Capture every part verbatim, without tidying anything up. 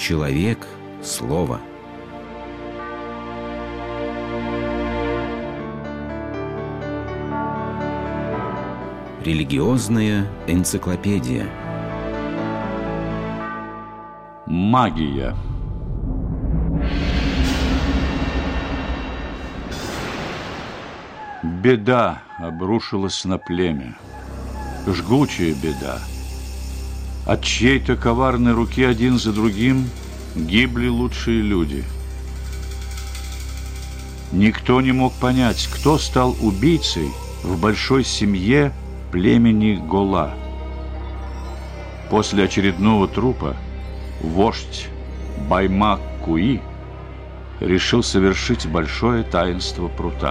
Человек – слово. Религиозная энциклопедия. Магия. Беда обрушилась на племя. Жгучая беда. От чьей-то коварной руки один за другим гибли лучшие люди. Никто не мог понять, кто стал убийцей в большой семье племени Гола. После очередного трупа вождь Баймак-Куи решил совершить большое таинство прута.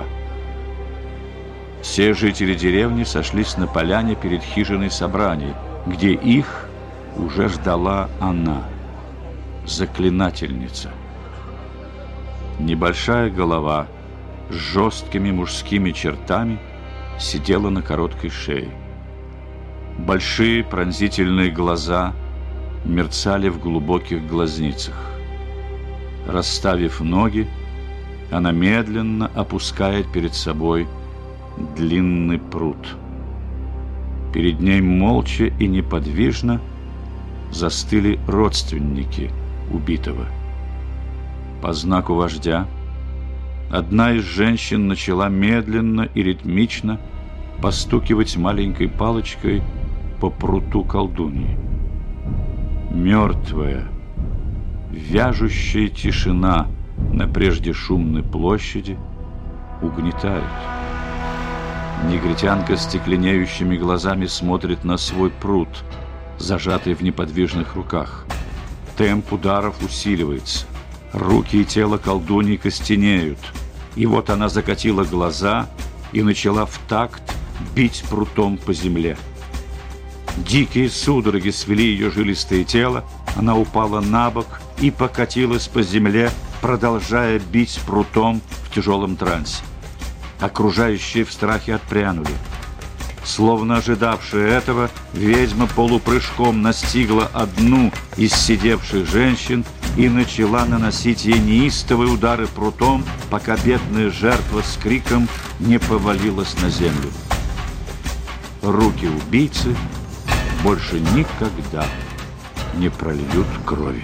Все жители деревни сошлись на поляне перед хижиной собраний, где их уже ждала она, заклинательница. Небольшая голова с жесткими мужскими чертами сидела на короткой шее. Большие пронзительные глаза мерцали в глубоких глазницах. Расставив ноги, она медленно опускает перед собой длинный прут. Перед ней молча и неподвижно застыли родственники убитого. По знаку вождя одна из женщин начала медленно и ритмично постукивать маленькой палочкой по пруту колдуньи. Мертвая, вяжущая тишина на прежде шумной площади угнетает. Негритянка стекленеющими глазами смотрит на свой прут, зажатый в неподвижных руках. Темп ударов усиливается. Руки и тело колдуньи костенеют. И вот она закатила глаза и начала в такт бить прутом по земле. Дикие судороги свели ее жилистое тело. Она упала на бок и покатилась по земле, продолжая бить прутом в тяжелом трансе. Окружающие в страхе отпрянули. Словно ожидавшая этого, ведьма полупрыжком настигла одну из сидевших женщин и начала наносить ей неистовые удары прутом, пока бедная жертва с криком не повалилась на землю. Руки убийцы больше никогда не прольют крови.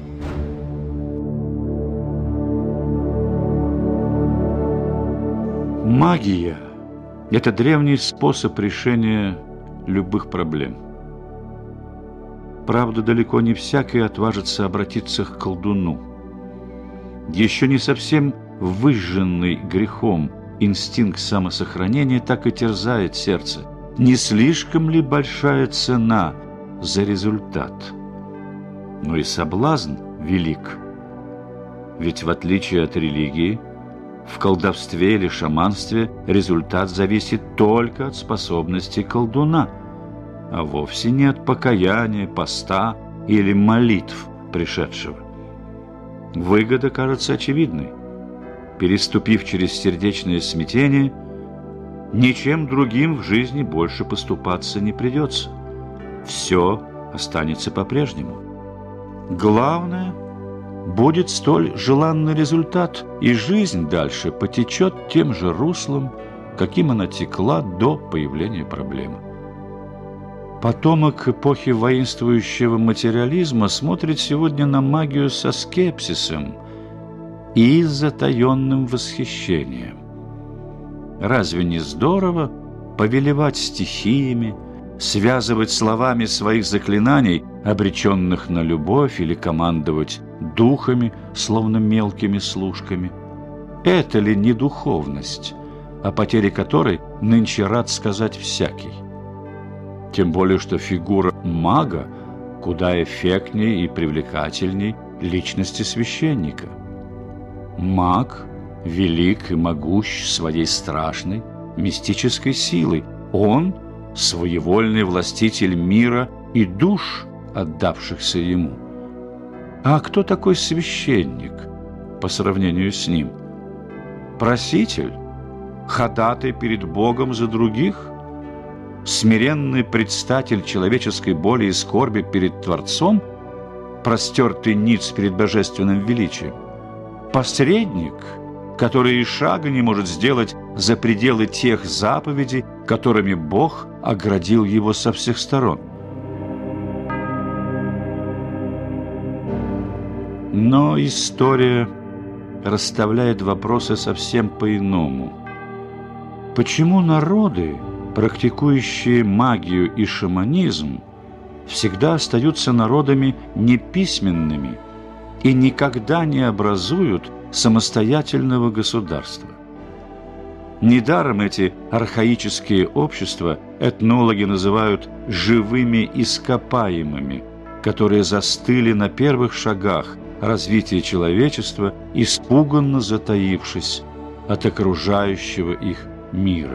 Магия – это древний способ решения любых проблем. Правда, далеко не всякий отважится обратиться к колдуну. Еще не совсем выжженный грехом инстинкт самосохранения так и терзает сердце. Не слишком ли большая цена за результат? Но и соблазн велик. Ведь в отличие от религии, в колдовстве или шаманстве результат зависит только от способностей колдуна, а вовсе не от покаяния, поста или молитв пришедшего. Выгода кажется очевидной. Переступив через сердечное смятение, ничем другим в жизни больше поступаться не придется. Все останется по-прежнему. Главное – будет столь желанный результат, и жизнь дальше потечет тем же руслом, каким она текла до появления проблемы. Потомок эпохи воинствующего материализма смотрит сегодня на магию со скепсисом и затаенным восхищением. Разве не здорово повелевать стихиями, связывать словами своих заклинаний, обреченных на любовь, или командовать духами, словно мелкими служками? Это ли не духовность, о потере которой нынче рад сказать всякий? Тем более, что фигура мага куда эффектнее и привлекательней личности священника. Маг велик и могущ своей страшной мистической силой. Он – своевольный властитель мира и душ, отдавшихся ему. А кто такой священник по сравнению с ним? Проситель? Ходатай перед Богом за других? Смиренный предстатель человеческой боли и скорби перед Творцом? простертый ниц перед божественным величием. Посредник, который и шага не может сделать за пределы тех заповедей, которыми Бог оградил его со всех сторон. Но история расставляет вопросы совсем по-иному. Почему народы, практикующие магию и шаманизм, всегда остаются народами неписьменными и никогда не образуют самостоятельного государства? Недаром эти архаические общества этнологи называют живыми ископаемыми, которые застыли на первых шагах развития человечества, испуганно затаившись от окружающего их мира.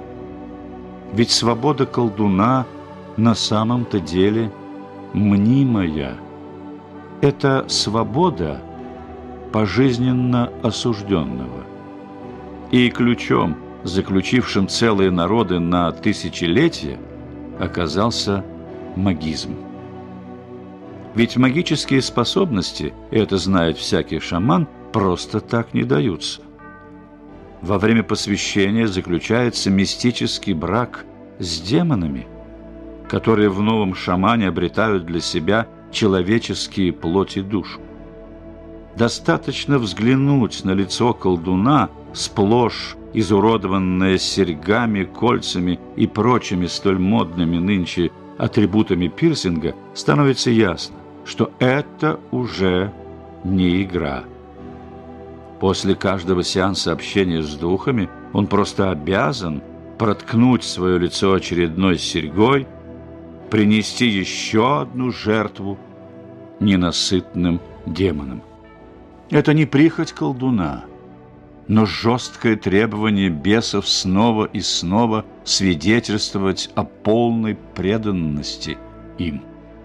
Ведь свобода колдуна на самом-то деле мнимая. Это свобода пожизненно осужденного. И ключом, заключившим целые народы на тысячелетия, оказался магизм. Ведь магические способности, это знает всякий шаман, просто так не даются. Во время посвящения заключается мистический брак с демонами, которые в новом шамане обретают для себя человеческие плоть и душу. Достаточно взглянуть на лицо колдуна, сплошь изуродованное серьгами, кольцами и прочими столь модными нынче атрибутами пирсинга, становится ясно, что это уже не игра. После каждого сеанса общения с духами он просто обязан проткнуть свое лицо очередной серьгой, принести еще одну жертву ненасытным демонам. Это не прихоть колдуна, но жесткое требование бесов снова и снова свидетельствовать о полной преданности им.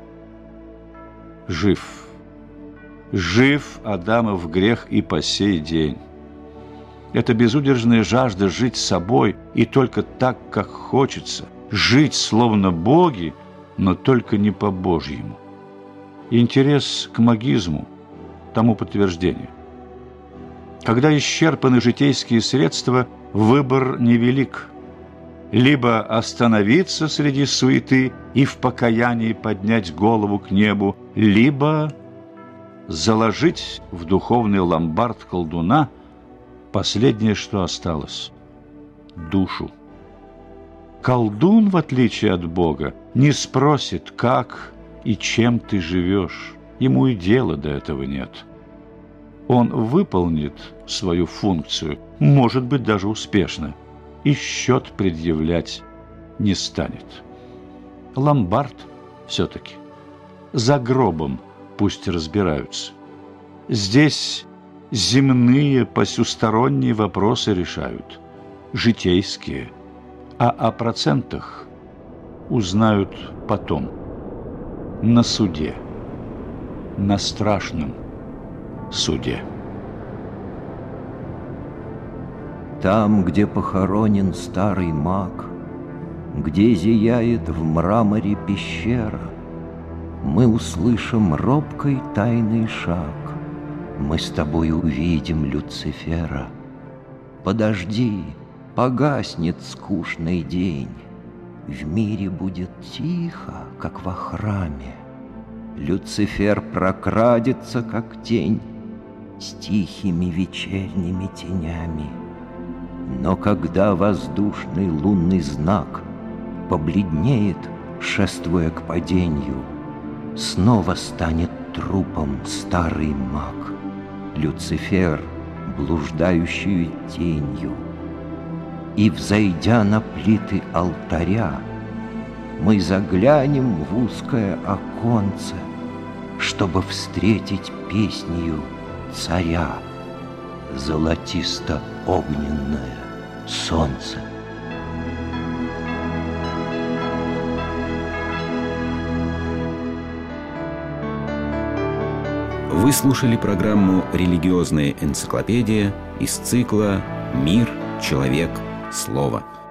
Жив. Жив Адамов грех и по сей день. Это безудержная жажда жить собой и только так, как хочется, жить словно боги, но только не по-божьему. Интерес к магизму тому подтверждение. Когда исчерпаны житейские средства, выбор невелик. Либо остановиться среди суеты и в покаянии поднять голову к небу, либо заложить в духовный ломбард колдуна последнее, что осталось – душу. Колдун, в отличие от Бога, не спросит, как и чем ты живешь. Ему и дела до этого нет. Он выполнит свою функцию, может быть, даже успешно, и счет предъявлять не станет. Ломбард все-таки. За гробом пусть разбираются. Здесь земные посюсторонние вопросы решают, житейские, а о процентах узнают потом, на суде, на страшном суде. Там, где похоронен старый маг, где зияет в мраморе пещера, мы услышим робкий тайный шаг, мы с тобой увидим Люцифера. Подожди, погаснет скучный день, в мире будет тихо, как во храме. Люцифер прокрадется, как тень, с тихими вечерними тенями. Но когда воздушный лунный знак побледнеет, шествуя к падению, снова станет трупом старый маг, Люцифер, блуждающую тенью. И, взойдя на плиты алтаря, мы заглянем в узкое оконце, чтобы встретить песнею царя золотисто-огненное солнце. Вы слушали программу «Религиозная энциклопедия» из цикла «Мир, человек, слово».